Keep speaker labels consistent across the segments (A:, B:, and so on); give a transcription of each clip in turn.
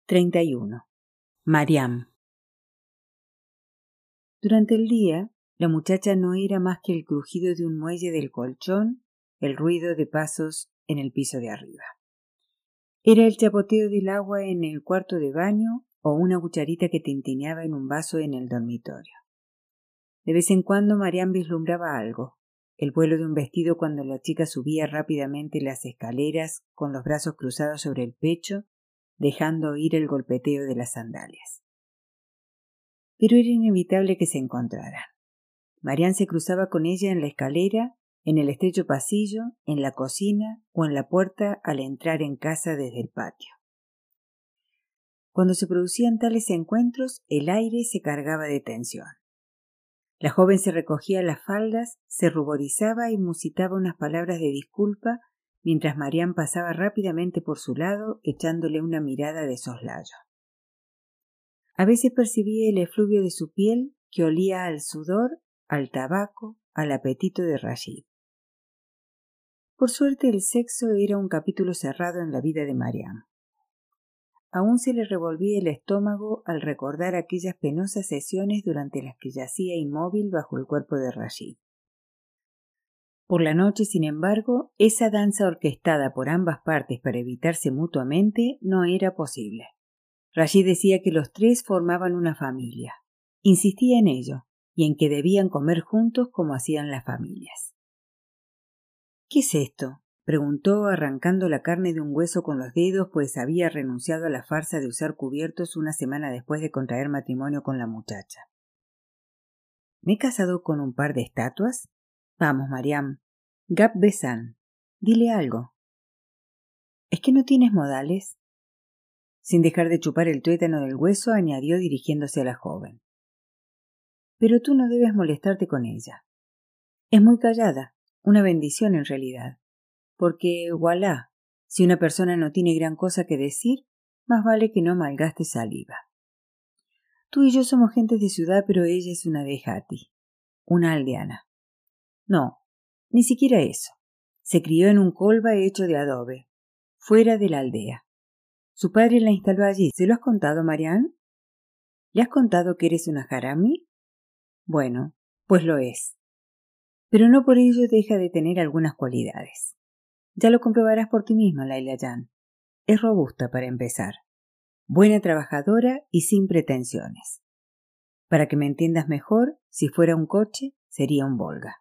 A: 31. Mariam. Durante el día, la muchacha no era más que el crujido de un muelle del colchón, el ruido de pasos en el piso de arriba. Era el chapoteo del agua en el cuarto de baño o una cucharita que tintineaba en un vaso en el dormitorio. De vez en cuando Mariam vislumbraba algo, el vuelo de un vestido cuando la chica subía rápidamente las escaleras con los brazos cruzados sobre el pecho, dejando oír el golpeteo de las sandalias. Pero era inevitable que se encontraran. Mariam se cruzaba con ella en la escalera, en el estrecho pasillo, en la cocina o en la puerta al entrar en casa desde el patio. Cuando se producían tales encuentros, el aire se cargaba de tensión. La joven se recogía las faldas, se ruborizaba y musitaba unas palabras de disculpa, mientras Mariam pasaba rápidamente por su lado, echándole una mirada de soslayo. A veces percibía el efluvio de su piel que olía al sudor, al tabaco, al apetito de Rashid. Por suerte el sexo era un capítulo cerrado en la vida de Mariam. Aún se le revolvía el estómago al recordar aquellas penosas sesiones durante las que yacía inmóvil bajo el cuerpo de Rashid. Por la noche, sin embargo, esa danza orquestada por ambas partes para evitarse mutuamente no era posible. Rashid decía que los tres formaban una familia. Insistía en ello y en que debían comer juntos como hacían las familias. ¿Qué es esto?, preguntó arrancando la carne de un hueso con los dedos, pues había renunciado a la farsa de usar cubiertos una semana después de contraer matrimonio con la muchacha. ¿Me he casado con un par de estatuas? Vamos, Mariam. Gab Besan, dile algo. ¿Es que no tienes modales? Sin dejar de chupar el tuétano del hueso, añadió dirigiéndose a la joven. Pero tú no debes molestarte con ella. Es muy callada, una bendición en realidad. Porque, voilà, si una persona no tiene gran cosa que decir, más vale que no malgaste saliva. Tú y yo somos gente de ciudad, pero ella es una dejati, una aldeana. No, ni siquiera eso. Se crió en un colba hecho de adobe, fuera de la aldea. Su padre la instaló allí. ¿Se lo has contado, Mariam? ¿Le has contado que eres una harami? Bueno, pues lo es. Pero no por ello deja de tener algunas cualidades. Ya lo comprobarás por ti misma, Laila Jan. Es robusta para empezar, buena trabajadora y sin pretensiones. Para que me entiendas mejor, si fuera un coche, sería un Volga.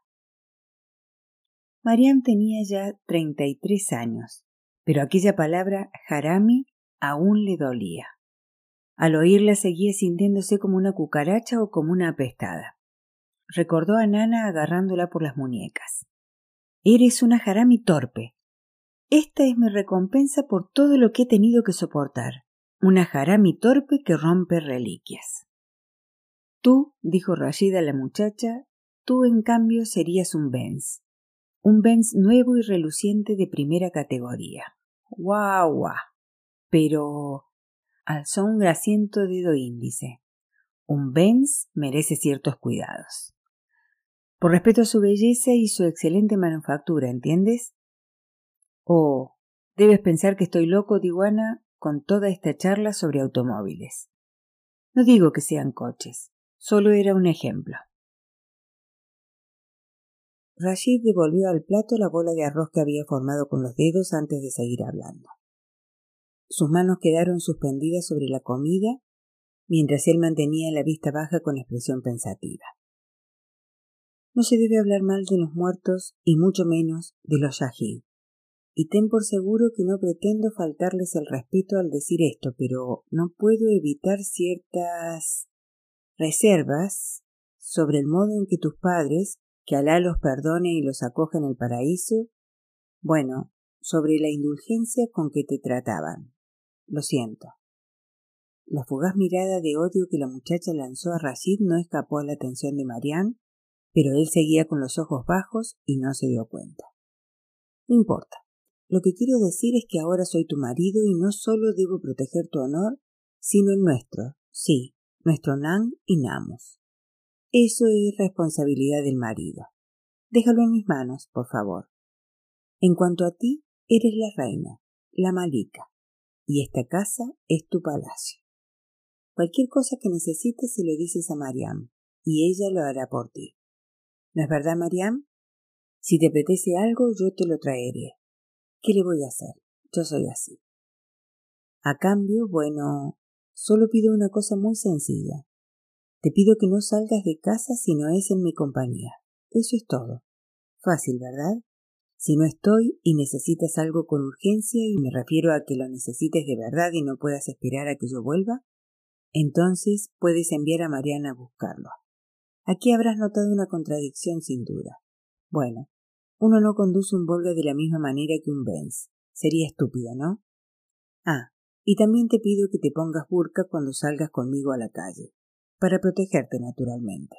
A: Mariam tenía ya 33 años, pero aquella palabra harami aún le dolía. Al oírla seguía sintiéndose como una cucaracha o como una apestada. Recordó a Nana agarrándola por las muñecas. Eres una harami torpe. Esta es mi recompensa por todo lo que he tenido que soportar. Una harami torpe que rompe reliquias. Tú, dijo Rashid a la muchacha, tú en cambio serías un Benz. Un Benz nuevo y reluciente de primera categoría. ¡Guau, guau! Pero alzó un grasiento dedo índice. Un Benz merece ciertos cuidados. Por respeto a su belleza y su excelente manufactura, ¿entiendes? Oh, debes pensar que estoy loco, Diwana, con toda esta charla sobre automóviles. No digo que sean coches, solo era un ejemplo. Rashid devolvió al plato la bola de arroz que había formado con los dedos antes de seguir hablando. Sus manos quedaron suspendidas sobre la comida, mientras él mantenía la vista baja con expresión pensativa. No se debe hablar mal de los muertos y mucho menos de los shahid. Y ten por seguro que no pretendo faltarles el respeto al decir esto, pero no puedo evitar ciertas reservas sobre el modo en que tus padres, que Alá los perdone y los acoja en el paraíso, bueno, sobre la indulgencia con que te trataban. Lo siento. La fugaz mirada de odio que la muchacha lanzó a Rashid no escapó a la atención de Mariam, pero él seguía con los ojos bajos y no se dio cuenta. No importa. Lo que quiero decir es que ahora soy tu marido y no solo debo proteger tu honor, sino el nuestro, sí, nuestro Nan y Namus. Eso es responsabilidad del marido. Déjalo en mis manos, por favor. En cuanto a ti, eres la reina, la malika. y esta casa es tu palacio. Cualquier cosa que necesites se lo dices a Mariam, y ella lo hará por ti. ¿No es verdad, Mariam? Si te apetece algo, yo te lo traeré. ¿Qué le voy a hacer? Yo soy así. A cambio, bueno, solo pido una cosa muy sencilla. Te pido que no salgas de casa si no es en mi compañía. Eso es todo. Fácil, ¿verdad? Si no estoy y necesitas algo con urgencia, y me refiero a que lo necesites de verdad y no puedas esperar a que yo vuelva, entonces puedes enviar a Mariana a buscarlo. Aquí habrás notado una contradicción sin duda. Bueno, uno no conduce un Volga de la misma manera que un Benz. Sería estúpido, ¿no? Ah, y también te pido que te pongas burka cuando salgas conmigo a la calle, para protegerte naturalmente.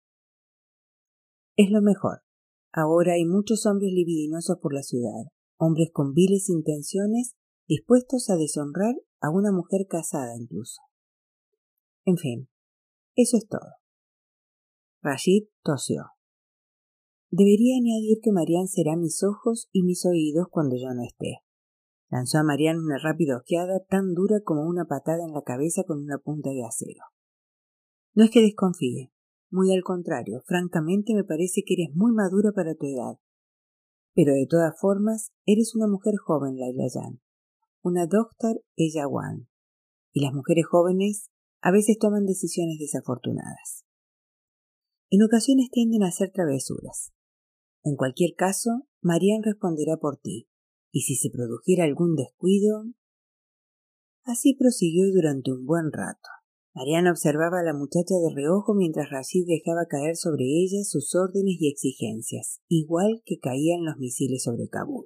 A: Es lo mejor. Ahora hay muchos hombres libidinosos por la ciudad, hombres con viles intenciones dispuestos a deshonrar a una mujer casada incluso. En fin, eso es todo. Rashid tosió. Debería añadir que Marian será mis ojos y mis oídos cuando yo no esté. Lanzó a Marian una rápida ojeada tan dura como una patada en la cabeza con una punta de acero. No es que desconfíe, muy al contrario, francamente me parece que eres muy madura para tu edad. Pero de todas formas, eres una mujer joven, Layla Jan, una Dr. Eyawan, y las mujeres jóvenes a veces toman decisiones desafortunadas. En ocasiones tienden a hacer travesuras. En cualquier caso, Marian responderá por ti, y si se produjera algún descuido... Así prosiguió durante un buen rato. Marian observaba a la muchacha de reojo mientras Rashid dejaba caer sobre ella sus órdenes y exigencias, igual que caían los misiles sobre Kabul.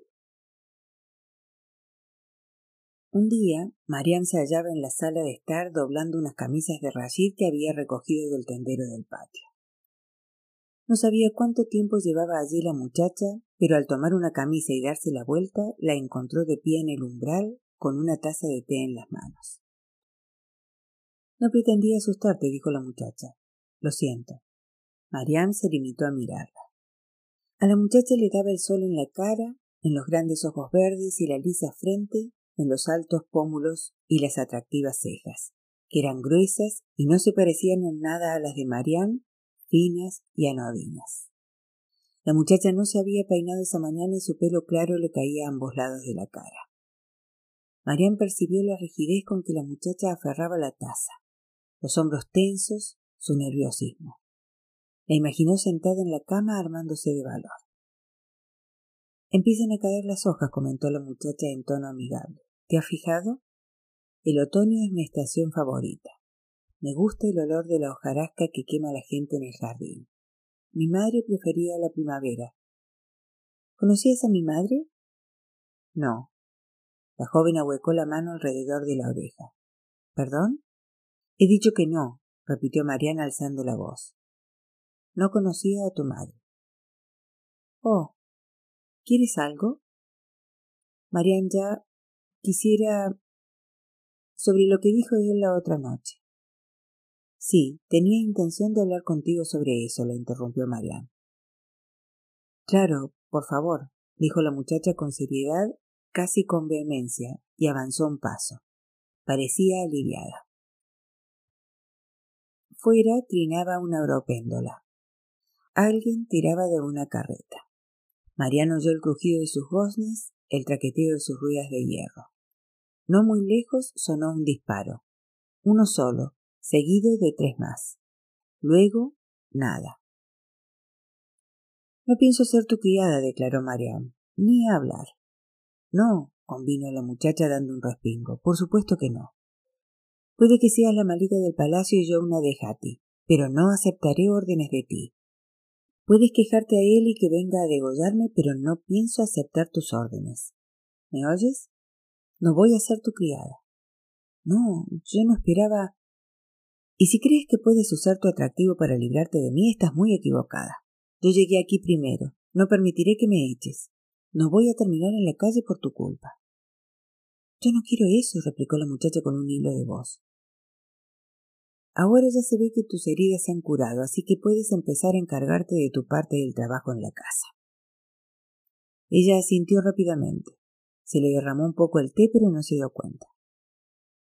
A: Un día, Marian se hallaba en la sala de estar doblando unas camisas de Rashid que había recogido del tendero del patio. No sabía cuánto tiempo llevaba allí la muchacha, pero al tomar una camisa y darse la vuelta, la encontró de pie en el umbral con una taza de té en las manos. No pretendía asustarte, dijo la muchacha. Lo siento. Mariam se limitó a mirarla. A la muchacha le daba el sol en la cara, en los grandes ojos verdes y la lisa frente, en los altos pómulos y las atractivas cejas, que eran gruesas y no se parecían en nada a las de Mariam, finas y anodinas. La muchacha no se había peinado esa mañana y su pelo claro le caía a ambos lados de la cara. Mariam percibió la rigidez con que la muchacha aferraba la taza, los hombros tensos, su nerviosismo. La imaginó sentada en la cama armándose de valor. Empiezan a caer las hojas, comentó la muchacha en tono amigable. ¿Te has fijado? El otoño es mi estación favorita. Me gusta el olor de la hojarasca que quema la gente en el jardín. Mi madre prefería la primavera. ¿Conocías a mi madre? No. La joven ahuecó la mano alrededor de la oreja. ¿Perdón? He dicho que no, repitió Mariana alzando la voz. No conocía a tu madre. Oh, ¿quieres algo? Marian ya quisiera... sobre lo que dijo él la otra noche. Sí, tenía intención de hablar contigo sobre eso, la interrumpió Marian. Claro, por favor, dijo la muchacha con seriedad, casi con vehemencia, y avanzó un paso. Parecía aliviada. Fuera trinaba una oropéndola. Alguien tiraba de una carreta. Marian oyó el crujido de sus goznes, el traqueteo de sus ruedas de hierro. No muy lejos sonó un disparo. Uno solo, seguido de 3 más. Luego, nada. No pienso ser tu criada, declaró Mariam. Ni hablar. No, convino la muchacha dando un respingo. Por supuesto que no. Puede que seas la malita del palacio y yo una de Hati, pero no aceptaré órdenes de ti. Puedes quejarte a él y que venga a degollarme, pero no pienso aceptar tus órdenes. ¿Me oyes? No voy a ser tu criada. No, yo no esperaba... Y si crees que puedes usar tu atractivo para librarte de mí, estás muy equivocada. Yo llegué aquí primero. No permitiré que me eches. No voy a terminar en la calle por tu culpa. Yo no quiero eso, replicó la muchacha con un hilo de voz. Ahora ya se ve que tus heridas se han curado, así que puedes empezar a encargarte de tu parte del trabajo en la casa. Ella asintió rápidamente. Se le derramó un poco el té, pero no se dio cuenta.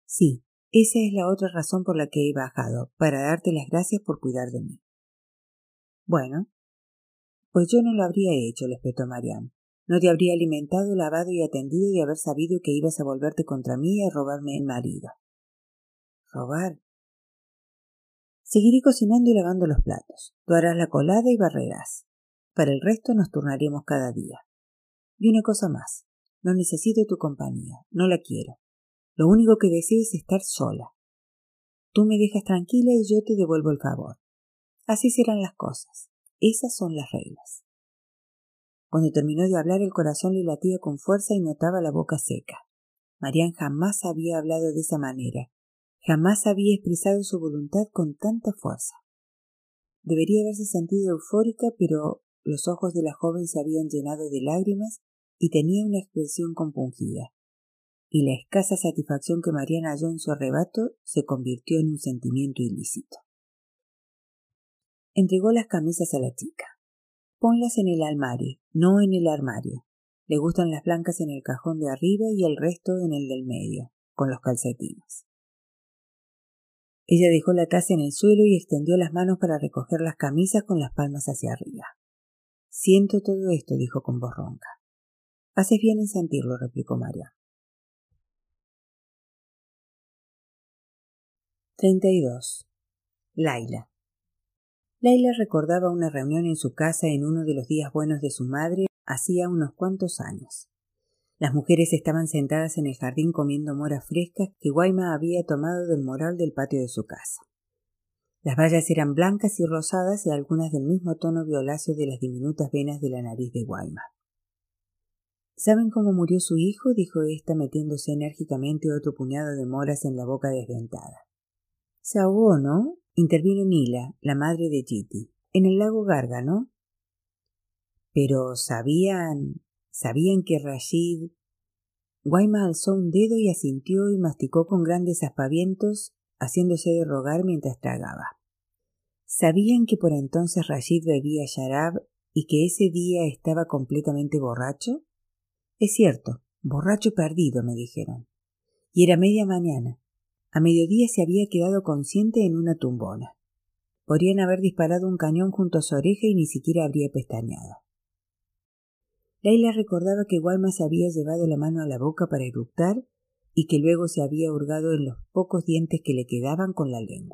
A: Sí, esa es la otra razón por la que he bajado, para darte las gracias por cuidar de mí. Bueno, pues yo no lo habría hecho, le espetó Marianne. No te habría alimentado, lavado y atendido de haber sabido que ibas a volverte contra mí y a robarme el marido. ¿Robar? Seguiré cocinando y lavando los platos. Tú harás la colada y barrerás. Para el resto nos turnaremos cada día. Y una cosa más. No necesito tu compañía. No la quiero. Lo único que deseo es estar sola. Tú me dejas tranquila y yo te devuelvo el favor. Así serán las cosas. Esas son las reglas. Cuando terminó de hablar, el corazón le latía con fuerza y notaba la boca seca. Marianne jamás había hablado de esa manera. Jamás había expresado su voluntad con tanta fuerza. Debería haberse sentido eufórica, pero los ojos de la joven se habían llenado de lágrimas y tenía una expresión compungida. Y la escasa satisfacción que Marianne halló en su arrebato se convirtió en un sentimiento ilícito. Entregó las camisas a la chica. Ponlas en el armario, no en el armario. Le gustan las blancas en el cajón de arriba y el resto en el del medio, con los calcetines. Ella dejó la taza en el suelo y extendió las manos para recoger las camisas con las palmas hacia arriba. Siento todo esto, dijo con voz ronca. Haces bien en sentirlo, replicó María. 32. Laila. Laila recordaba una reunión en su casa en uno de los días buenos de su madre hacía unos cuantos años. Las mujeres estaban sentadas en el jardín comiendo moras frescas que Guaima había tomado del moral del patio de su casa. Las bayas eran blancas y rosadas y algunas del mismo tono violáceo de las diminutas venas de la nariz de Guaima. ¿Saben cómo murió su hijo?, dijo ésta metiéndose enérgicamente otro puñado de moras en la boca desdentada. Se ahogó, ¿no?, intervino Nila, la madre de Giti, en el lago Garga, ¿no? Pero sabían que Rashid... Guaima alzó un dedo y asintió y masticó con grandes aspavientos, haciéndose de rogar mientras tragaba. ¿Sabían que por entonces Rashid bebía sharab y que ese día estaba completamente borracho? Es cierto, borracho perdido, me dijeron. Y era media mañana. A mediodía se había quedado consciente en una tumbona. Podrían haber disparado un cañón junto a su oreja y ni siquiera habría pestañeado. Laila recordaba que Guaima se había llevado la mano a la boca para eructar y que luego se había hurgado en los pocos dientes que le quedaban con la lengua.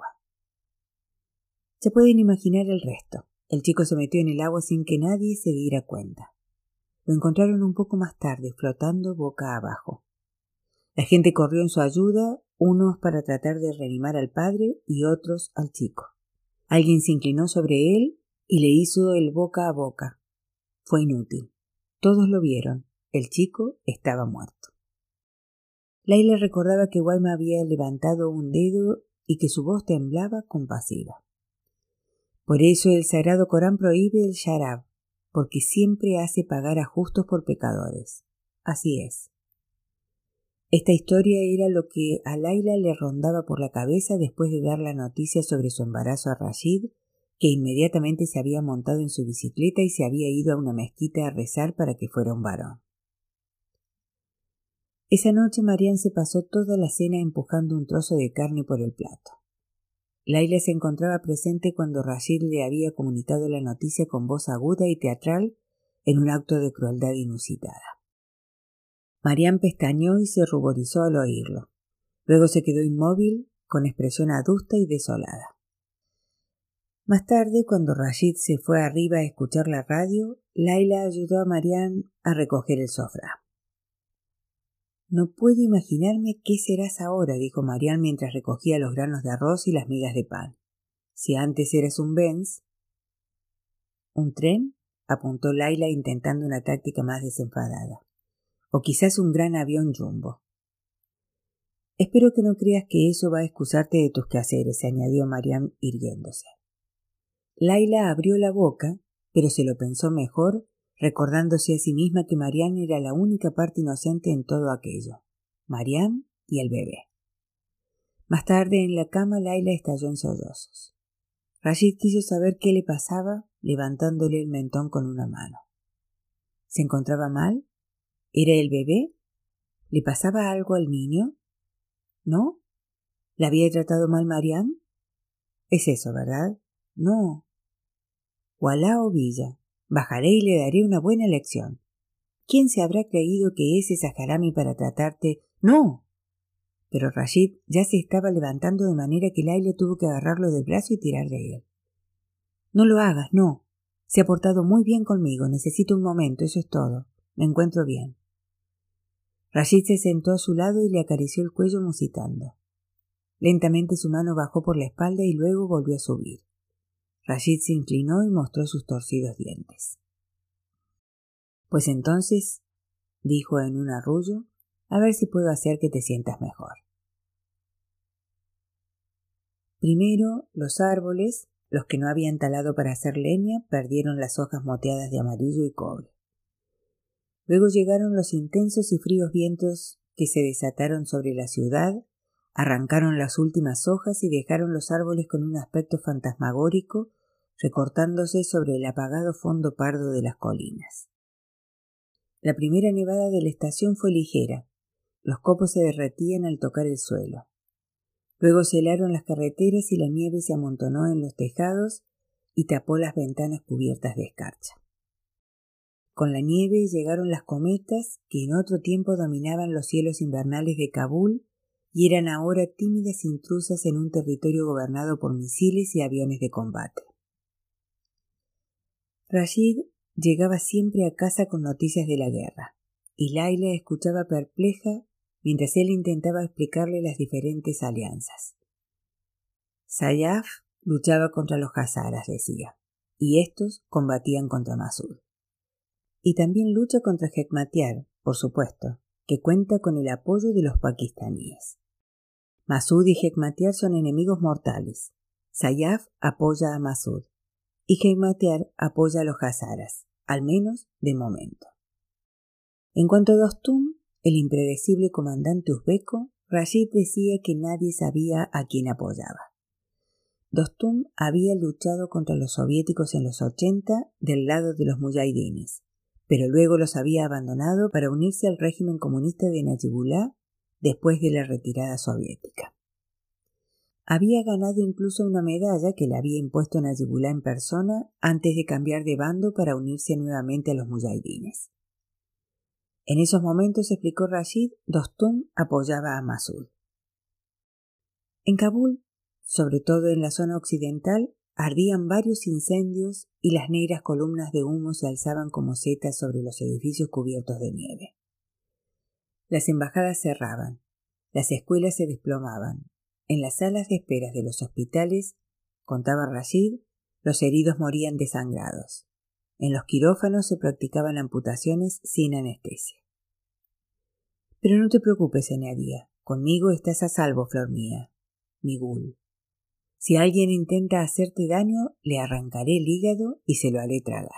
A: Se pueden imaginar el resto. El chico se metió en el agua sin que nadie se diera cuenta. Lo encontraron un poco más tarde, flotando boca abajo. La gente corrió en su ayuda, unos para tratar de reanimar al padre y otros al chico. Alguien se inclinó sobre él y le hizo el boca a boca. Fue inútil. Todos lo vieron. El chico estaba muerto. Laila recordaba que Guaima había levantado un dedo y que su voz temblaba compasiva. Por eso el Sagrado Corán prohíbe el sharab, porque siempre hace pagar a justos por pecadores. Así es. Esta historia era lo que a Laila le rondaba por la cabeza después de dar la noticia sobre su embarazo a Rashid, que inmediatamente se había montado en su bicicleta y se había ido a una mezquita a rezar para que fuera un varón. Esa noche Marianne se pasó toda la cena empujando un trozo de carne por el plato. Laila se encontraba presente cuando Rashid le había comunicado la noticia con voz aguda y teatral en un acto de crueldad inusitada. Marianne pestañeó y se ruborizó al oírlo. Luego se quedó inmóvil, con expresión adusta y desolada. Más tarde, cuando Rashid se fue arriba a escuchar la radio, Laila ayudó a Marianne a recoger el sofá. No puedo imaginarme qué serás ahora, dijo Marianne mientras recogía los granos de arroz y las migas de pan. Si antes eras un Benz. ¿Un tren?, apuntó Laila intentando una táctica más desenfadada. O quizás un gran avión jumbo. Espero que no creas que eso va a excusarte de tus quehaceres, se añadió Marianne irguiéndose. Laila abrió la boca, pero se lo pensó mejor, recordándose a sí misma que Marianne era la única parte inocente en todo aquello. Marianne y el bebé. Más tarde en la cama Laila estalló en sollozos. Rashid quiso saber qué le pasaba, levantándole el mentón con una mano. ¿Se encontraba mal? ¿Era el bebé? ¿Le pasaba algo al niño? ¿No? ¿La había tratado mal Mariam? Es eso, ¿verdad? No. Walá o Villa. Bajaré y le daré una buena lección. ¿Quién se habrá creído que es esa Jarami para tratarte? ¡No! Pero Rashid ya se estaba levantando de manera que Laila tuvo que agarrarlo del brazo y tirar de él. No lo hagas, no. Se ha portado muy bien conmigo. Necesito un momento, eso es todo. Me encuentro bien. Rashid se sentó a su lado y le acarició el cuello musitando. Lentamente su mano bajó por la espalda y luego volvió a subir. Rashid se inclinó y mostró sus torcidos dientes. Pues entonces, dijo en un arrullo, a ver si puedo hacer que te sientas mejor. Primero, los árboles, los que no habían talado para hacer leña, perdieron las hojas moteadas de amarillo y cobre. Luego llegaron los intensos y fríos vientos que se desataron sobre la ciudad, arrancaron las últimas hojas y dejaron los árboles con un aspecto fantasmagórico, recortándose sobre el apagado fondo pardo de las colinas. La primera nevada de la estación fue ligera. Los copos se derretían al tocar el suelo. Luego se helaron las carreteras y la nieve se amontonó en los tejados y tapó las ventanas cubiertas de escarcha. Con la nieve llegaron las cometas que en otro tiempo dominaban los cielos invernales de Kabul y eran ahora tímidas intrusas en un territorio gobernado por misiles y aviones de combate. Rashid llegaba siempre a casa con noticias de la guerra, y Laila escuchaba perpleja mientras él intentaba explicarle las diferentes alianzas. Sayaf luchaba contra los hazaras, decía, y estos combatían contra Masud. Y también lucha contra Hekmatyar, por supuesto, que cuenta con el apoyo de los pakistaníes. Masud y Hekmatyar son enemigos mortales. Sayaf apoya a Masud y Hekmatyar apoya a los hazaras, al menos de momento. En cuanto a Dostum, el impredecible comandante uzbeco, Rashid decía que nadie sabía a quién apoyaba. Dostum había luchado contra los soviéticos en los 80 del lado de los mujahidines, pero luego los había abandonado para unirse al régimen comunista de Najibullah después de la retirada soviética. Había ganado incluso una medalla que le había impuesto Najibullah en persona antes de cambiar de bando para unirse nuevamente a los mujahidines. En esos momentos, explicó Rashid, Dostum apoyaba a Masud. En Kabul, sobre todo en la zona occidental, ardían varios incendios y las negras columnas de humo se alzaban como setas sobre los edificios cubiertos de nieve. Las embajadas cerraban, las escuelas se desplomaban. En las salas de espera de los hospitales, contaba Rashid, los heridos morían desangrados. En los quirófanos se practicaban amputaciones sin anestesia. Pero no te preocupes, añadía. Conmigo estás a salvo, flor mía, mi gul. Si alguien intenta hacerte daño, le arrancaré el hígado y se lo haré tragar.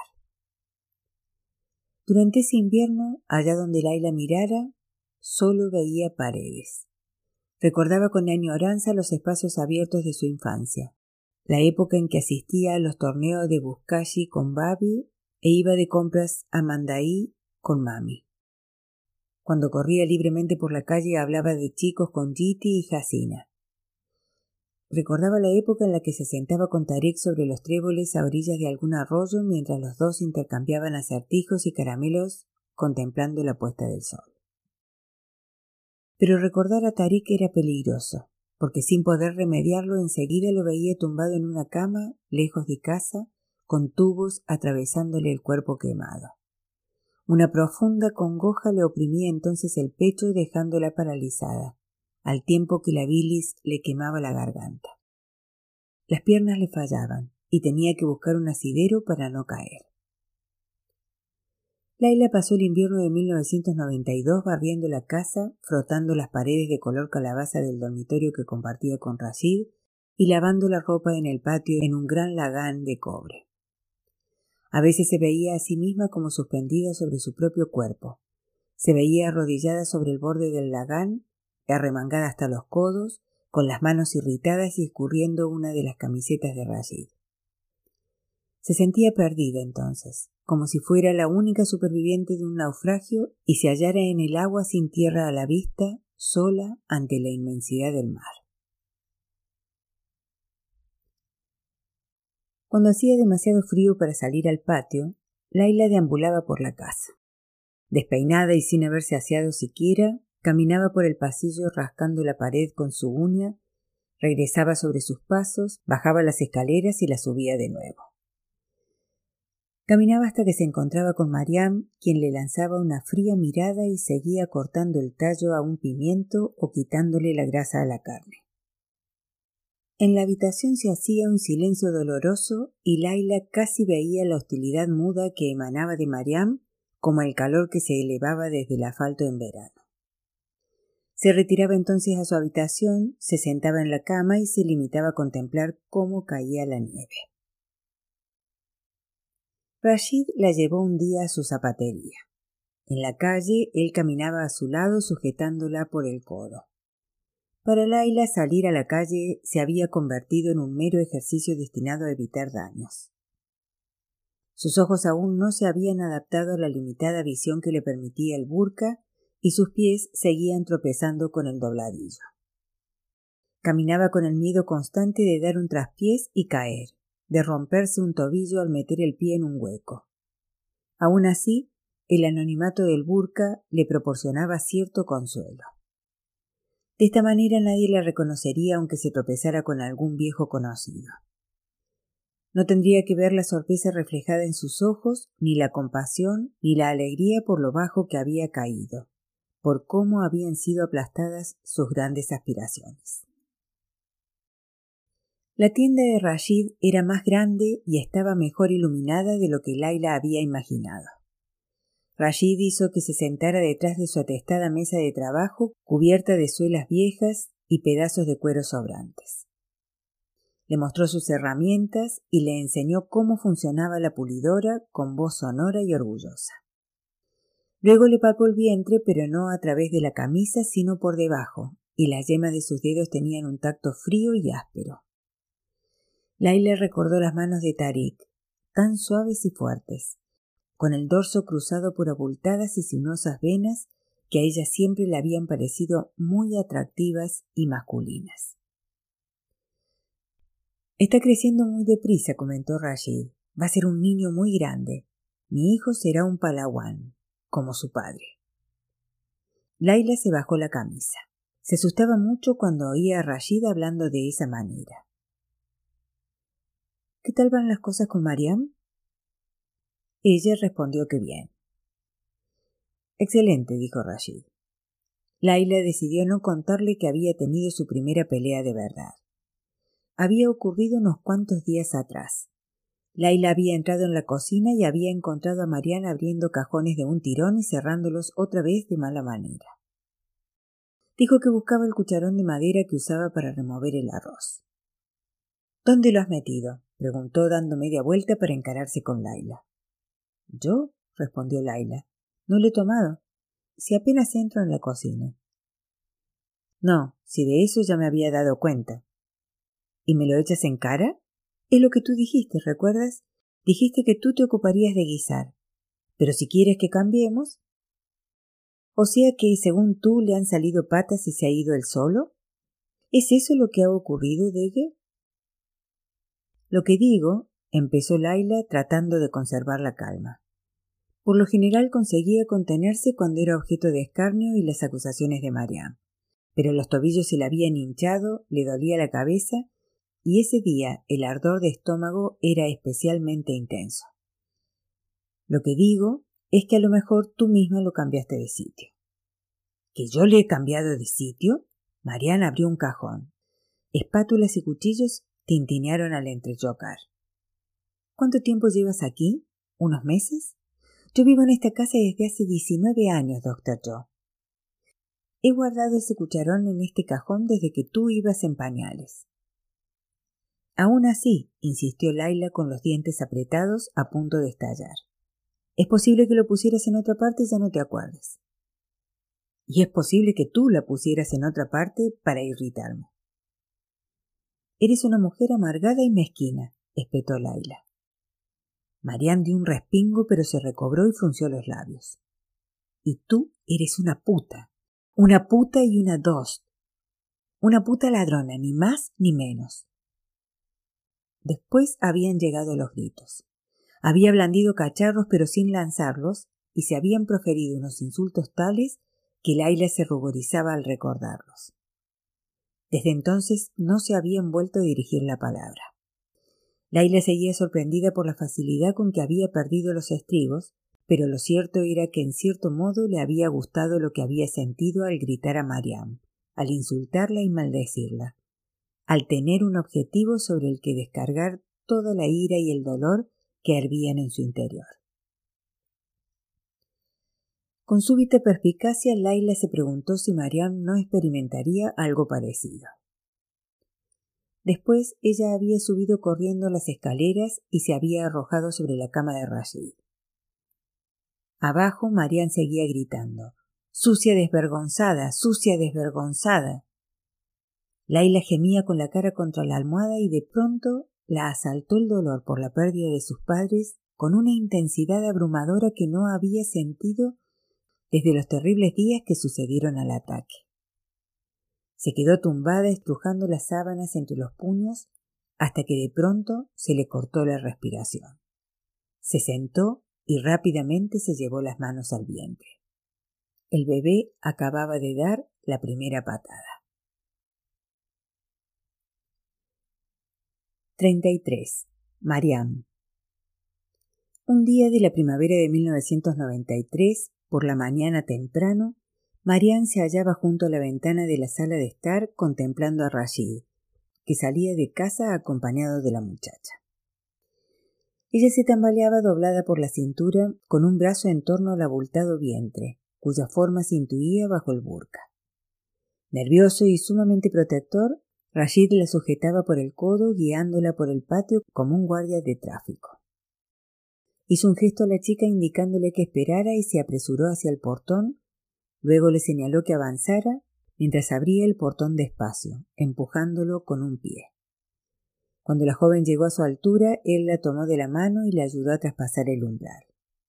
A: Durante ese invierno, allá donde Laila mirara, solo veía paredes. Recordaba con añoranza los espacios abiertos de su infancia, la época en que asistía a los torneos de Buzkashi con Babi e iba de compras a Mandaí con Mami. Cuando corría libremente por la calle hablaba de chicos con Giti y Hasina. Recordaba la época en la que se sentaba con Tarek sobre los tréboles a orillas de algún arroyo mientras los dos intercambiaban acertijos y caramelos contemplando la puesta del sol. Pero recordar a Tarek era peligroso, porque sin poder remediarlo enseguida lo veía tumbado en una cama, lejos de casa, con tubos atravesándole el cuerpo quemado. Una profunda congoja le oprimía entonces el pecho dejándola paralizada, al tiempo que la bilis le quemaba la garganta. Las piernas le fallaban y tenía que buscar un asidero para no caer. Laila pasó el invierno de 1992 barriendo la casa, frotando las paredes de color calabaza del dormitorio que compartía con Rashid y lavando la ropa en el patio en un gran lagán de cobre. A veces se veía a sí misma como suspendida sobre su propio cuerpo. Se veía arrodillada sobre el borde del lagán, arremangada hasta los codos, con las manos irritadas y escurriendo una de las camisetas de Rashid. Se sentía perdida entonces, como si fuera la única superviviente de un naufragio y se hallara en el agua sin tierra a la vista, sola ante la inmensidad del mar. Cuando hacía demasiado frío para salir al patio, Laila deambulaba por la casa. Despeinada y sin haberse aseado siquiera, caminaba por el pasillo rascando la pared con su uña, regresaba sobre sus pasos, bajaba las escaleras y las subía de nuevo. Caminaba hasta que se encontraba con Mariam, quien le lanzaba una fría mirada y seguía cortando el tallo a un pimiento o quitándole la grasa a la carne. En la habitación se hacía un silencio doloroso y Laila casi veía la hostilidad muda que emanaba de Mariam como el calor que se elevaba desde el asfalto en verano. Se retiraba entonces a su habitación, se sentaba en la cama y se limitaba a contemplar cómo caía la nieve. Rashid la llevó un día a su zapatería. En la calle, él caminaba a su lado sujetándola por el codo. Para Laila, salir a la calle se había convertido en un mero ejercicio destinado a evitar daños. Sus ojos aún no se habían adaptado a la limitada visión que le permitía el burka y sus pies seguían tropezando con el dobladillo. Caminaba con el miedo constante de dar un traspiés y caer, de romperse un tobillo al meter el pie en un hueco. Aún así, el anonimato del burka le proporcionaba cierto consuelo. De esta manera nadie la reconocería aunque se tropezara con algún viejo conocido. No tendría que ver la sorpresa reflejada en sus ojos, ni la compasión, ni la alegría por lo bajo que había caído, por cómo habían sido aplastadas sus grandes aspiraciones. La tienda de Rashid era más grande y estaba mejor iluminada de lo que Laila había imaginado. Rashid hizo que se sentara detrás de su atestada mesa de trabajo, cubierta de suelas viejas y pedazos de cuero sobrantes. Le mostró sus herramientas y le enseñó cómo funcionaba la pulidora con voz sonora y orgullosa. Luego le palpó el vientre, pero no a través de la camisa, sino por debajo, y las yemas de sus dedos tenían un tacto frío y áspero. Laila recordó las manos de Tariq, tan suaves y fuertes, con el dorso cruzado por abultadas y sinuosas venas que a ella siempre le habían parecido muy atractivas y masculinas. Está creciendo muy deprisa, comentó Rashid. Va a ser un niño muy grande. Mi hijo será un palawan, como su padre. Laila se bajó la camisa. Se asustaba mucho cuando oía a Rashid hablando de esa manera. ¿Qué tal van las cosas con Mariam? Ella respondió que bien. Excelente, dijo Rashid. Laila decidió no contarle que había tenido su primera pelea de verdad. Había ocurrido unos cuantos días atrás. Laila había entrado en la cocina y había encontrado a Mariam abriendo cajones de un tirón y cerrándolos otra vez de mala manera. Dijo que buscaba el cucharón de madera que usaba para remover el arroz. ¿Dónde lo has metido?, preguntó dando media vuelta para encararse con Laila. ¿Yo?, respondió Laila. No lo he tomado. Si apenas entro en la cocina. No, si de eso ya me había dado cuenta. ¿Y me lo echas en cara? Es lo que tú dijiste, ¿recuerdas? Dijiste que tú te ocuparías de guisar. Pero si quieres que cambiemos... O sea que, según tú, le han salido patas y se ha ido él solo. ¿Es eso lo que ha ocurrido, Dege? Lo que digo, empezó Laila tratando de conservar la calma. Por lo general conseguía contenerse cuando era objeto de escarnio y las acusaciones de Mariam. Pero los tobillos se le habían hinchado, le dolía la cabeza, y ese día el ardor de estómago era especialmente intenso. Lo que digo es que a lo mejor tú misma lo cambiaste de sitio. ¿Que yo le he cambiado de sitio? Mariam abrió un cajón. Espátulas y cuchillos tintinearon al entrechocar. ¿Cuánto tiempo llevas aquí? ¿Unos meses? Yo vivo en esta casa desde hace 19 años, Dr. Joe. He guardado ese cucharón en este cajón desde que tú ibas en pañales. Aún así, insistió Laila con los dientes apretados a punto de estallar. Es posible que lo pusieras en otra parte y ya no te acuerdes. Y es posible que tú la pusieras en otra parte para irritarme. Eres una mujer amargada y mezquina, espetó Laila. Mariam dio un respingo, pero se recobró y frunció los labios. Y tú eres una puta y una dost. Una puta ladrona, ni más ni menos. Después habían llegado los gritos. Había blandido cacharros pero sin lanzarlos, y se habían proferido unos insultos tales que Laila se ruborizaba al recordarlos. Desde entonces no se habían vuelto a dirigir la palabra. Laila seguía sorprendida por la facilidad con que había perdido los estribos, pero lo cierto era que en cierto modo le había gustado lo que había sentido al gritar a Mariam, al insultarla y maldecirla, al tener un objetivo sobre el que descargar toda la ira y el dolor que hervían en su interior. Con súbita perspicacia, Laila se preguntó si Mariam no experimentaría algo parecido. Después ella había subido corriendo las escaleras y se había arrojado sobre la cama de Rashid. Abajo Mariam seguía gritando: «¡Sucia desvergonzada! ¡Sucia desvergonzada!». Laila gemía con la cara contra la almohada y de pronto la asaltó el dolor por la pérdida de sus padres con una intensidad abrumadora que no había sentido desde los terribles días que sucedieron al ataque. Se quedó tumbada estrujando las sábanas entre los puños hasta que de pronto se le cortó la respiración. Se sentó y rápidamente se llevó las manos al vientre. El bebé acababa de dar la primera patada. 33. Mariam. Un día de la primavera de 1993, por la mañana temprano, Mariam se hallaba junto a la ventana de la sala de estar contemplando a Rashid, que salía de casa acompañado de la muchacha. Ella se tambaleaba doblada por la cintura, con un brazo en torno al abultado vientre, cuya forma se intuía bajo el burka. Nervioso y sumamente protector, Rashid la sujetaba por el codo, guiándola por el patio como un guardia de tráfico. Hizo un gesto a la chica indicándole que esperara y se apresuró hacia el portón. Luego le señaló que avanzara mientras abría el portón despacio, empujándolo con un pie. Cuando la joven llegó a su altura, él la tomó de la mano y la ayudó a traspasar el umbral.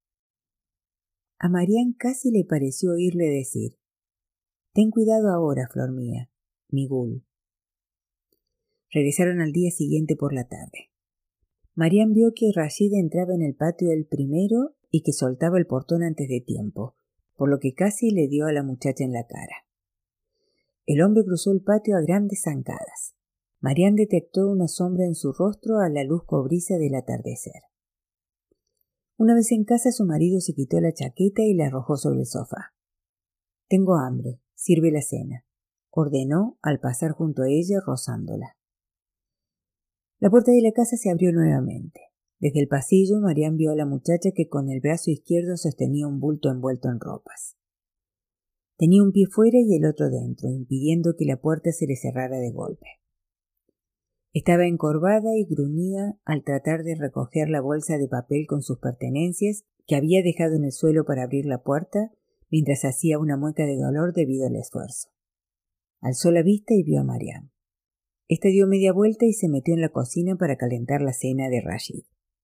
A: A Mariam casi le pareció oírle decir: «Ten cuidado ahora, flor mía, mi gul». Regresaron al día siguiente por la tarde. Mariam vio que Rashid entraba en el patio el primero y que soltaba el portón antes de tiempo, por lo que casi le dio a la muchacha en la cara. El hombre cruzó el patio a grandes zancadas. Mariam detectó una sombra en su rostro a la luz cobriza del atardecer. Una vez en casa, su marido se quitó la chaqueta y la arrojó sobre el sofá. «Tengo hambre, sirve la cena», ordenó al pasar junto a ella rozándola. La puerta de la casa se abrió nuevamente. Desde el pasillo, Mariam vio a la muchacha que con el brazo izquierdo sostenía un bulto envuelto en ropas. Tenía un pie fuera y el otro dentro, impidiendo que la puerta se le cerrara de golpe. Estaba encorvada y gruñía al tratar de recoger la bolsa de papel con sus pertenencias que había dejado en el suelo para abrir la puerta, mientras hacía una mueca de dolor debido al esfuerzo. Alzó la vista y vio a Mariam. Esta dio media vuelta y se metió en la cocina para calentar la cena de Rashid.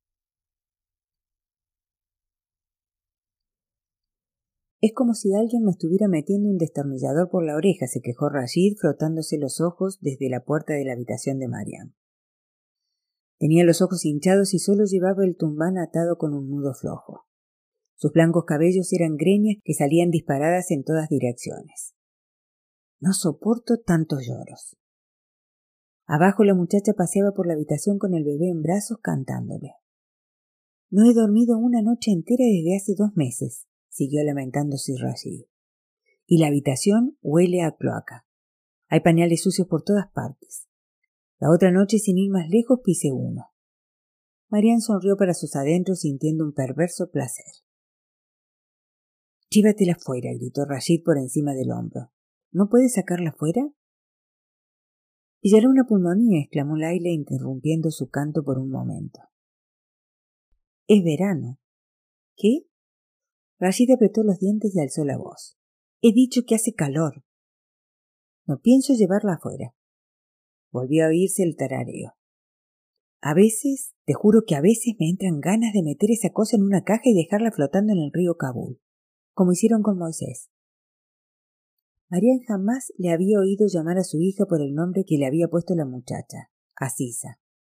A: «Es como si alguien me estuviera metiendo un destornillador por la oreja», se quejó Rashid, frotándose los ojos desde la puerta de la habitación de Mariam. Tenía los ojos hinchados y solo llevaba el tumbán atado con un nudo flojo. Sus blancos cabellos eran greñas que salían disparadas en todas direcciones. «No soporto tantos lloros». Abajo la muchacha paseaba por la habitación con el bebé en brazos cantándole. «No he dormido una noche entera desde hace 2 meses», siguió lamentándose Rashid. «Y la habitación huele a cloaca. Hay pañales sucios por todas partes. La otra noche, sin ir más lejos, pisé uno». Mariam sonrió para sus adentros sintiendo un perverso placer. «Llévatela fuera», gritó Rashid por encima del hombro. «¿No puedes sacarla fuera?» «Pillará una pulmonía», exclamó Laila, interrumpiendo su canto por un momento. «Es verano». «¿Qué?». Rashid apretó los dientes y alzó la voz. «He dicho que hace calor». «No pienso llevarla afuera». Volvió a oírse el tarareo. «A veces, te juro que a veces me entran ganas de meter esa cosa en una caja y dejarla flotando en el río Kabul, como hicieron con Moisés». Mariam jamás le había oído llamar a su hija por el nombre que le había puesto la muchacha, Aziza.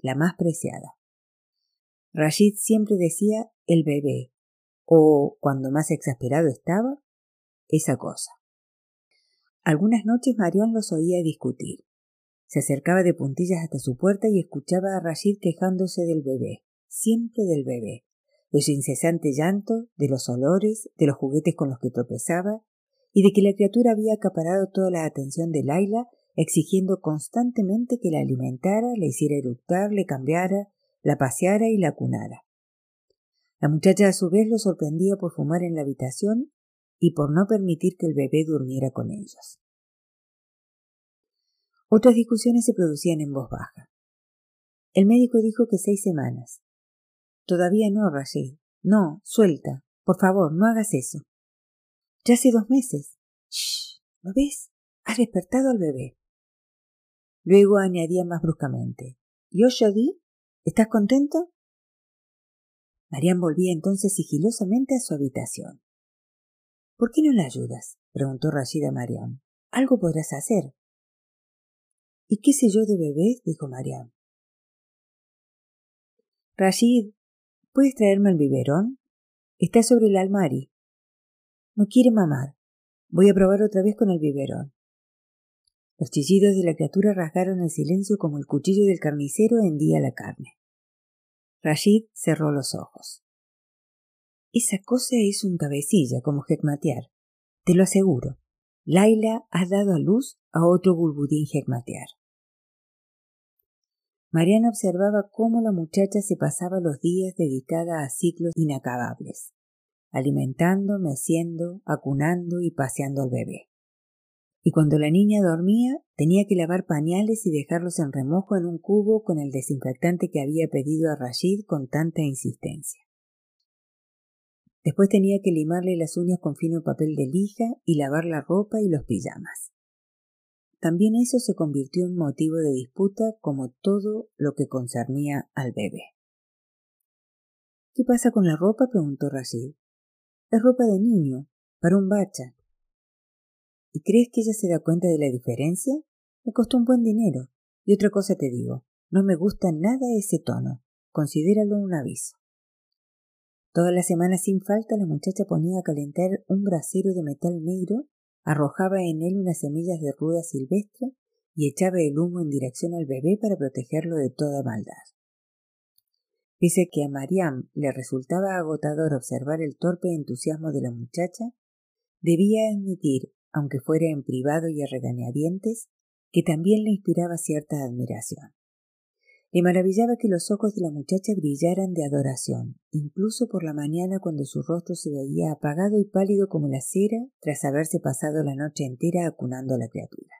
A: la más preciada. Rashid siempre decía el bebé, o, cuando más exasperado estaba, esa cosa. Algunas noches Mariam los oía discutir. Se acercaba de puntillas hasta su puerta y escuchaba a Rashid quejándose del bebé, siempre del bebé, de su incesante llanto, de los olores, de los juguetes con los que tropezaba, y de que la criatura había acaparado toda la atención de Laila, exigiendo constantemente que la alimentara, le hiciera eructar, le cambiara, la paseara y la cunara. La muchacha a su vez lo sorprendía por fumar en la habitación y por no permitir que el bebé durmiera con ellos. Otras discusiones se producían en voz baja. El médico dijo que 6 semanas. Todavía no, Rashid. No, suelta. Por favor, no hagas eso. Ya hace 2 meses. Shh, ¿lo ves? Has despertado al bebé. Luego añadía más bruscamente. ¿Y Jody? ¿Estás contento? Mariam volvía entonces sigilosamente a su habitación. ¿Por qué no la ayudas? Preguntó Rashid a Mariam. Algo podrás hacer. ¿Y qué sé yo de bebés? Dijo Mariam. Rashid, ¿puedes traerme el biberón? Está sobre el almari. No quiere mamar. Voy a probar otra vez con el biberón. Los chillidos de la criatura rasgaron el silencio como el cuchillo del carnicero hendía la carne. Rashid cerró los ojos. Esa cosa es un cabecilla, como jecmatear. Te lo aseguro. Laila ha dado a luz a otro Gulbuddin jecmatear. Mariana observaba cómo la muchacha se pasaba los días dedicada a ciclos inacabables, alimentando, meciendo, acunando y paseando al bebé. Y cuando la niña dormía, tenía que lavar pañales y dejarlos en remojo en un cubo con el desinfectante que había pedido a Rashid con tanta insistencia. Después tenía que limarle las uñas con fino papel de lija y lavar la ropa y los pijamas. También eso se convirtió en motivo de disputa como todo lo que concernía al bebé. ¿Qué pasa con la ropa?, preguntó Rashid. Es ropa de niño, para un bacha. ¿Y crees que ella se da cuenta de la diferencia? Me costó un buen dinero. Y otra cosa te digo, no me gusta nada ese tono. Considéralo un aviso. Todas las semanas sin falta la muchacha ponía a calentar un brasero de metal negro, arrojaba en él unas semillas de ruda silvestre y echaba el humo en dirección al bebé para protegerlo de toda maldad. Pese a que a Mariam le resultaba agotador observar el torpe entusiasmo de la muchacha, debía admitir, aunque fuera en privado y a regañadientes, que también le inspiraba cierta admiración. Le maravillaba que los ojos de la muchacha brillaran de adoración, incluso por la mañana cuando su rostro se veía apagado y pálido como la cera tras haberse pasado la noche entera acunando a la criatura.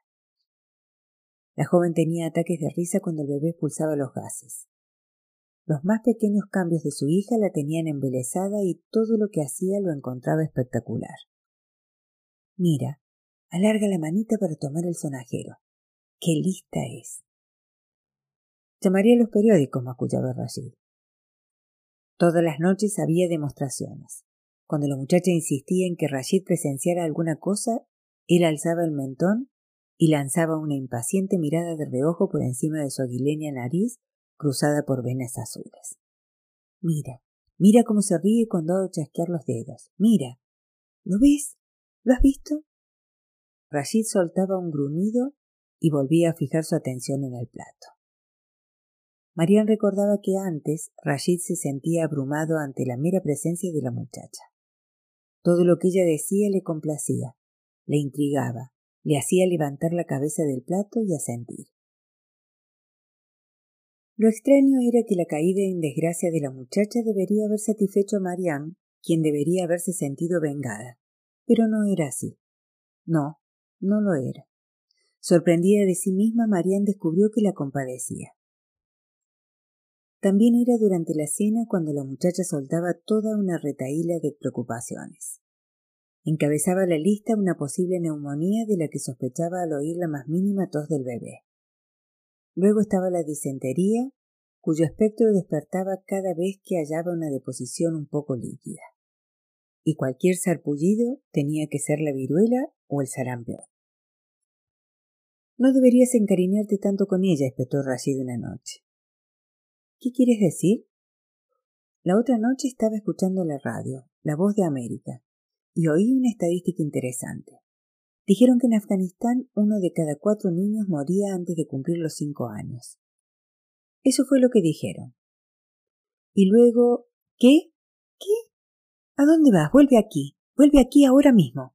A: La joven tenía ataques de risa cuando el bebé expulsaba los gases. Los más pequeños cambios de su hija la tenían embelesada y todo lo que hacía lo encontraba espectacular. Mira, alarga la manita para tomar el sonajero. ¡Qué lista es! Llamaría a los periódicos, mascullaba Rashid. Todas las noches había demostraciones. Cuando la muchacha insistía en que Rashid presenciara alguna cosa, él alzaba el mentón y lanzaba una impaciente mirada de reojo por encima de su aguileña nariz cruzada por venas azules. Mira, mira cómo se ríe cuando hago chasquear los dedos. Mira, ¿lo ves? ¿Lo has visto? Rashid soltaba un gruñido y volvía a fijar su atención en el plato. Mariam recordaba que antes Rashid se sentía abrumado ante la mera presencia de la muchacha. Todo lo que ella decía le complacía, le intrigaba, le hacía levantar la cabeza del plato y asentir. Lo extraño era que la caída en desgracia de la muchacha debería haber satisfecho a Mariam, quien debería haberse sentido vengada. Pero no era así. No, no lo era. Sorprendida de sí misma, Mariam descubrió que la compadecía. También era durante la cena cuando la muchacha soltaba toda una retahíla de preocupaciones. Encabezaba la lista una posible neumonía de la que sospechaba al oír la más mínima tos del bebé. Luego estaba la disentería, cuyo espectro despertaba cada vez que hallaba una deposición un poco líquida. Y cualquier sarpullido tenía que ser la viruela o el sarampión. No deberías encariñarte tanto con ella, espetó Rashid una noche. ¿Qué quieres decir? La otra noche estaba escuchando la radio, La Voz de América, y oí una estadística interesante. Dijeron que en Afganistán 1 de cada 4 niños moría antes de cumplir los 5 años. Eso fue lo que dijeron. Y luego, ¿qué? ¿Qué? ¿A dónde vas? Vuelve aquí ahora mismo.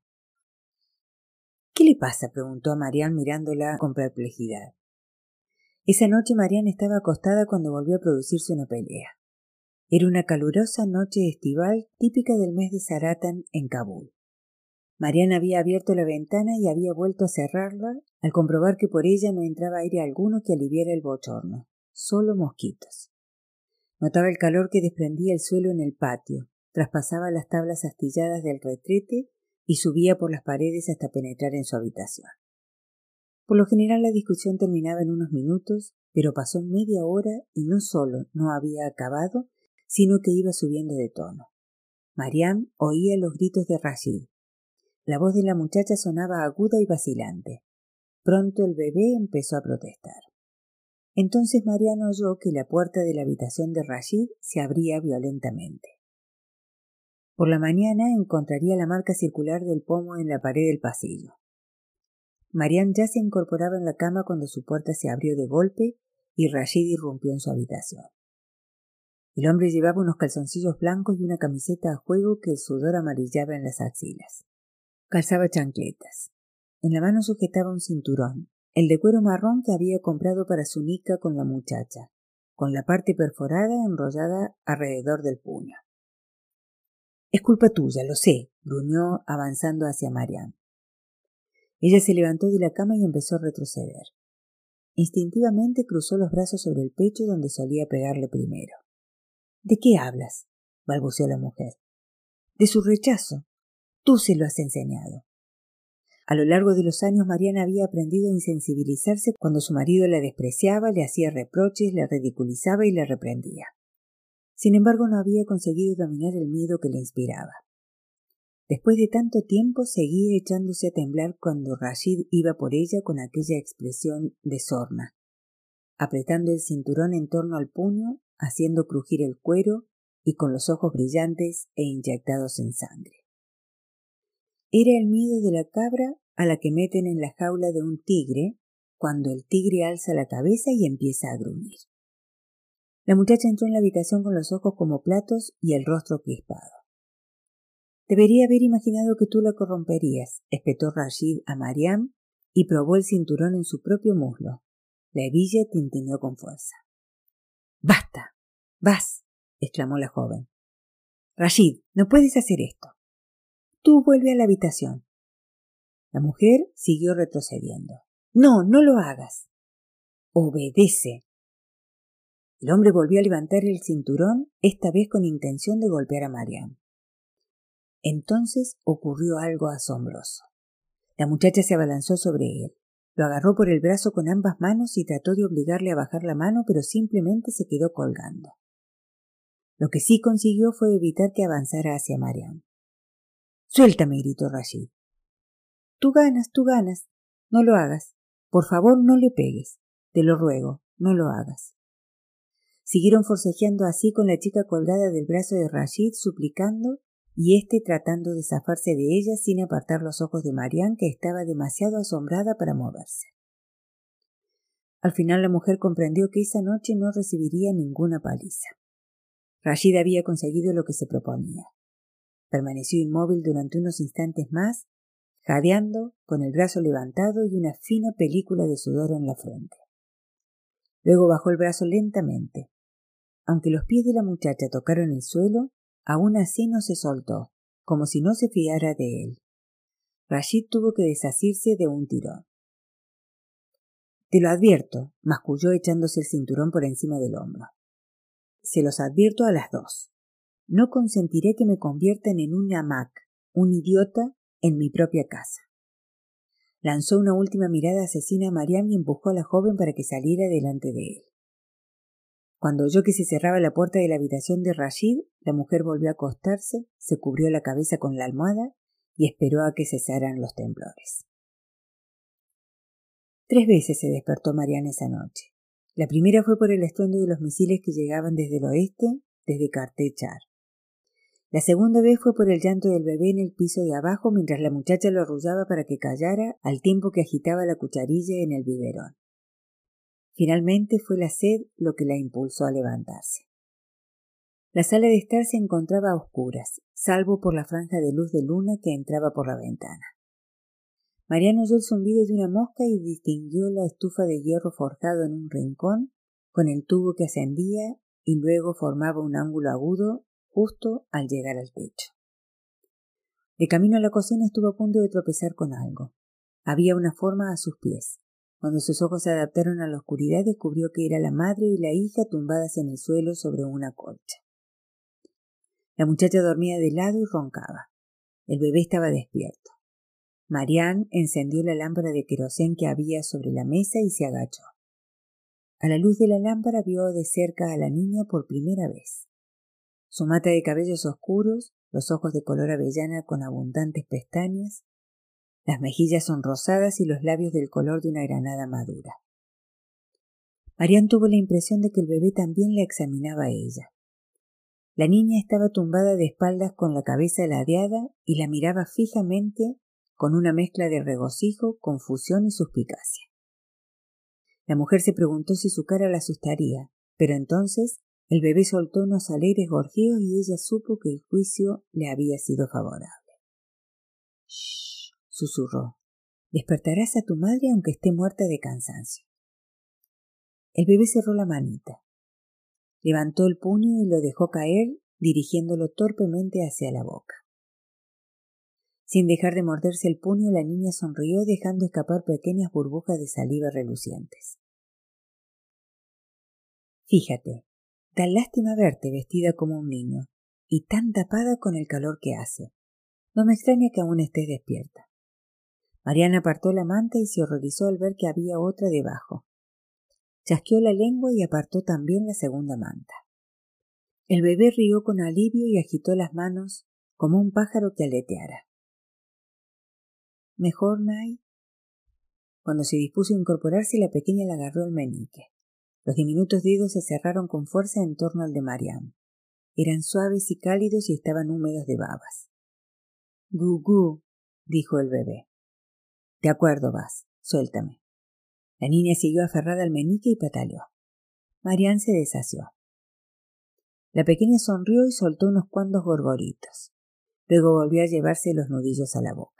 A: ¿Qué le pasa? Preguntó a Marianne mirándola con perplejidad. Esa noche Marianne estaba acostada cuando volvió a producirse una pelea. Era una calurosa noche estival típica del mes de Saratan en Kabul. Marianne había abierto la ventana y había vuelto a cerrarla al comprobar que por ella no entraba aire alguno que aliviara el bochorno, solo mosquitos. Notaba el calor que desprendía el suelo en el patio, traspasaba las tablas astilladas del retrete y subía por las paredes hasta penetrar en su habitación. Por lo general la discusión terminaba en unos minutos, pero pasó media hora y no solo no había acabado, sino que iba subiendo de tono. Marianne oía los gritos de Rashid. La voz de la muchacha sonaba aguda y vacilante. Pronto el bebé empezó a protestar. Entonces Marianne oyó que la puerta de la habitación de Rashid se abría violentamente. Por la mañana encontraría la marca circular del pomo en la pared del pasillo. Marianne ya se incorporaba en la cama cuando su puerta se abrió de golpe y Rashid irrumpió en su habitación. El hombre llevaba unos calzoncillos blancos y una camiseta a juego que el sudor amarillaba en las axilas. Calzaba chancletas. En la mano sujetaba un cinturón, el de cuero marrón que había comprado para su nica con la muchacha, con la parte perforada enrollada alrededor del puño. «Es culpa tuya, lo sé», gruñó avanzando hacia Marianne. Ella se levantó de la cama y empezó a retroceder. Instintivamente cruzó los brazos sobre el pecho donde solía pegarle primero. «¿De qué hablas?», balbuceó la mujer. «De su rechazo. Tú se lo has enseñado». A lo largo de los años Marianne había aprendido a insensibilizarse cuando su marido la despreciaba, le hacía reproches, la ridiculizaba y la reprendía. Sin embargo, no había conseguido dominar el miedo que le inspiraba. Después de tanto tiempo seguía echándose a temblar cuando Rashid iba por ella con aquella expresión de sorna, apretando el cinturón en torno al puño, haciendo crujir el cuero y con los ojos brillantes e inyectados en sangre. Era el miedo de la cabra a la que meten en la jaula de un tigre cuando el tigre alza la cabeza y empieza a gruñir. La muchacha entró en la habitación con los ojos como platos y el rostro crispado. «Debería haber imaginado que tú la corromperías», espetó Rashid a Marianne y probó el cinturón en su propio muslo. La hebilla tintineó con fuerza. «¡Basta! ¡Vas!», exclamó la joven. «Rashid, no puedes hacer esto. Tú vuelve a la habitación». La mujer siguió retrocediendo. «No, no lo hagas». «Obedece». El hombre volvió a levantar el cinturón, esta vez con intención de golpear a Marianne. Entonces ocurrió algo asombroso. La muchacha se abalanzó sobre él. Lo agarró por el brazo con ambas manos y trató de obligarle a bajar la mano, pero simplemente se quedó colgando. Lo que sí consiguió fue evitar que avanzara hacia Marianne. «Suéltame», gritó Rashid. Tú ganas. No lo hagas. Por favor, no le pegues. Te lo ruego, no lo hagas». Siguieron forcejeando así con la chica colgada del brazo de Rashid, suplicando, y éste tratando de zafarse de ella sin apartar los ojos de Marianne, que estaba demasiado asombrada para moverse. Al final la mujer comprendió que esa noche no recibiría ninguna paliza. Rashid había conseguido lo que se proponía. Permaneció inmóvil durante unos instantes más, jadeando, con el brazo levantado y una fina película de sudor en la frente. Luego bajó el brazo lentamente. Aunque los pies de la muchacha tocaron el suelo, aún así no se soltó, como si no se fiara de él. Rashid tuvo que desasirse de un tirón. «Te lo advierto», masculló echándose el cinturón por encima del hombro. «Se los advierto a las dos. No consentiré que me conviertan en un ahmak, un idiota, en mi propia casa». Lanzó una última mirada asesina a Marianne y empujó a la joven para que saliera delante de él. Cuando oyó que se cerraba la puerta de la habitación de Rashid, la mujer volvió a acostarse, se cubrió la cabeza con la almohada y esperó a que cesaran los temblores. 3 veces se despertó Marianne esa noche. La primera fue por el estruendo de los misiles que llegaban desde el oeste, desde Cartechar. La segunda vez fue por el llanto del bebé en el piso de abajo mientras la muchacha lo arrullaba para que callara al tiempo que agitaba la cucharilla en el biberón. Finalmente fue la sed lo que la impulsó a levantarse. La sala de estar se encontraba a oscuras, salvo por la franja de luz de luna que entraba por la ventana. Mariano oyó el zumbido de una mosca y distinguió la estufa de hierro forjado en un rincón, con el tubo que ascendía y luego formaba un ángulo agudo justo al llegar al techo. De camino a la cocina estuvo a punto de tropezar con algo. Había una forma a sus pies. Cuando sus ojos se adaptaron a la oscuridad, descubrió que era la madre y la hija tumbadas en el suelo sobre una colcha. La muchacha dormía de lado y roncaba. El bebé estaba despierto. Marianne encendió la lámpara de querosén que había sobre la mesa y se agachó. A la luz de la lámpara vio de cerca a la niña por primera vez. Su mata de cabellos oscuros, los ojos de color avellana con abundantes pestañas, las mejillas sonrosadas y los labios del color de una granada madura. Marianne tuvo la impresión de que el bebé también la examinaba a ella. La niña estaba tumbada de espaldas con la cabeza ladeada y la miraba fijamente con una mezcla de regocijo, confusión y suspicacia. La mujer se preguntó si su cara la asustaría, pero entonces el bebé soltó unos alegres gorjeos y ella supo que el juicio le había sido favorable. «Shh», susurró. «Despertarás a tu madre aunque esté muerta de cansancio». El bebé cerró la manita. Levantó el puño y lo dejó caer, dirigiéndolo torpemente hacia la boca. Sin dejar de morderse el puño, la niña sonrió dejando escapar pequeñas burbujas de saliva relucientes. «Fíjate, da lástima verte vestida como un niño y tan tapada con el calor que hace. No me extraña que aún estés despierta». Marianne apartó la manta y se horrorizó al ver que había otra debajo. Chasqueó la lengua y apartó también la segunda manta. El bebé rió con alivio y agitó las manos como un pájaro que aleteara. «¿Mejor, Nay?» Cuando se dispuso a incorporarse, la pequeña le agarró el meñique. Los diminutos dedos se cerraron con fuerza en torno al de Marianne. Eran suaves y cálidos y estaban húmedos de babas. «Gugú», dijo el bebé. «De acuerdo, Bas, suéltame». La niña siguió aferrada al meñique y pataleó. Marianne se desasió. La pequeña sonrió y soltó unos cuantos gorgoritos. Luego volvió a llevarse los nudillos a la boca.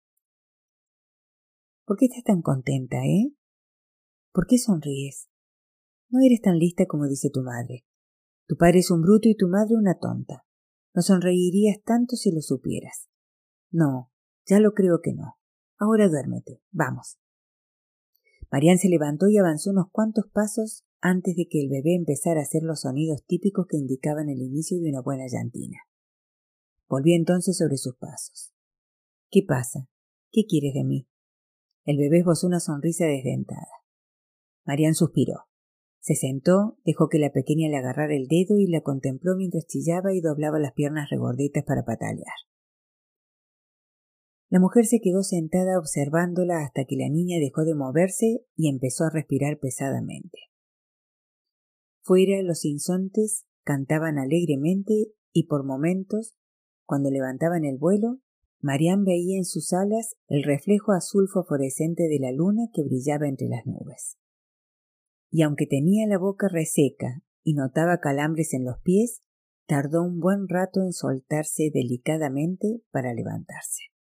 A: «¿Por qué estás tan contenta, ¿Por qué sonríes? No eres tan lista como dice tu madre. Tu padre es un bruto y tu madre una tonta. No sonreirías tanto si lo supieras». «No, ya lo creo que no. Ahora duérmete. Vamos». Marianne se levantó y avanzó unos cuantos pasos antes de que el bebé empezara a hacer los sonidos típicos que indicaban el inicio de una buena llantina. Volvió entonces sobre sus pasos. «¿Qué pasa? ¿Qué quieres de mí?» El bebé esbozó una sonrisa desdentada. Marianne suspiró. Se sentó, dejó que la pequeña le agarrara el dedo y la contempló mientras chillaba y doblaba las piernas regordetas para patalear. La mujer se quedó sentada observándola hasta que la niña dejó de moverse y empezó a respirar pesadamente. Fuera los sinsontes cantaban alegremente y por momentos, cuando levantaban el vuelo, Marianne veía en sus alas el reflejo azul fosforescente de la luna que brillaba entre las nubes. Y aunque tenía la boca reseca y notaba calambres en los pies, tardó un buen rato en soltarse delicadamente para levantarse.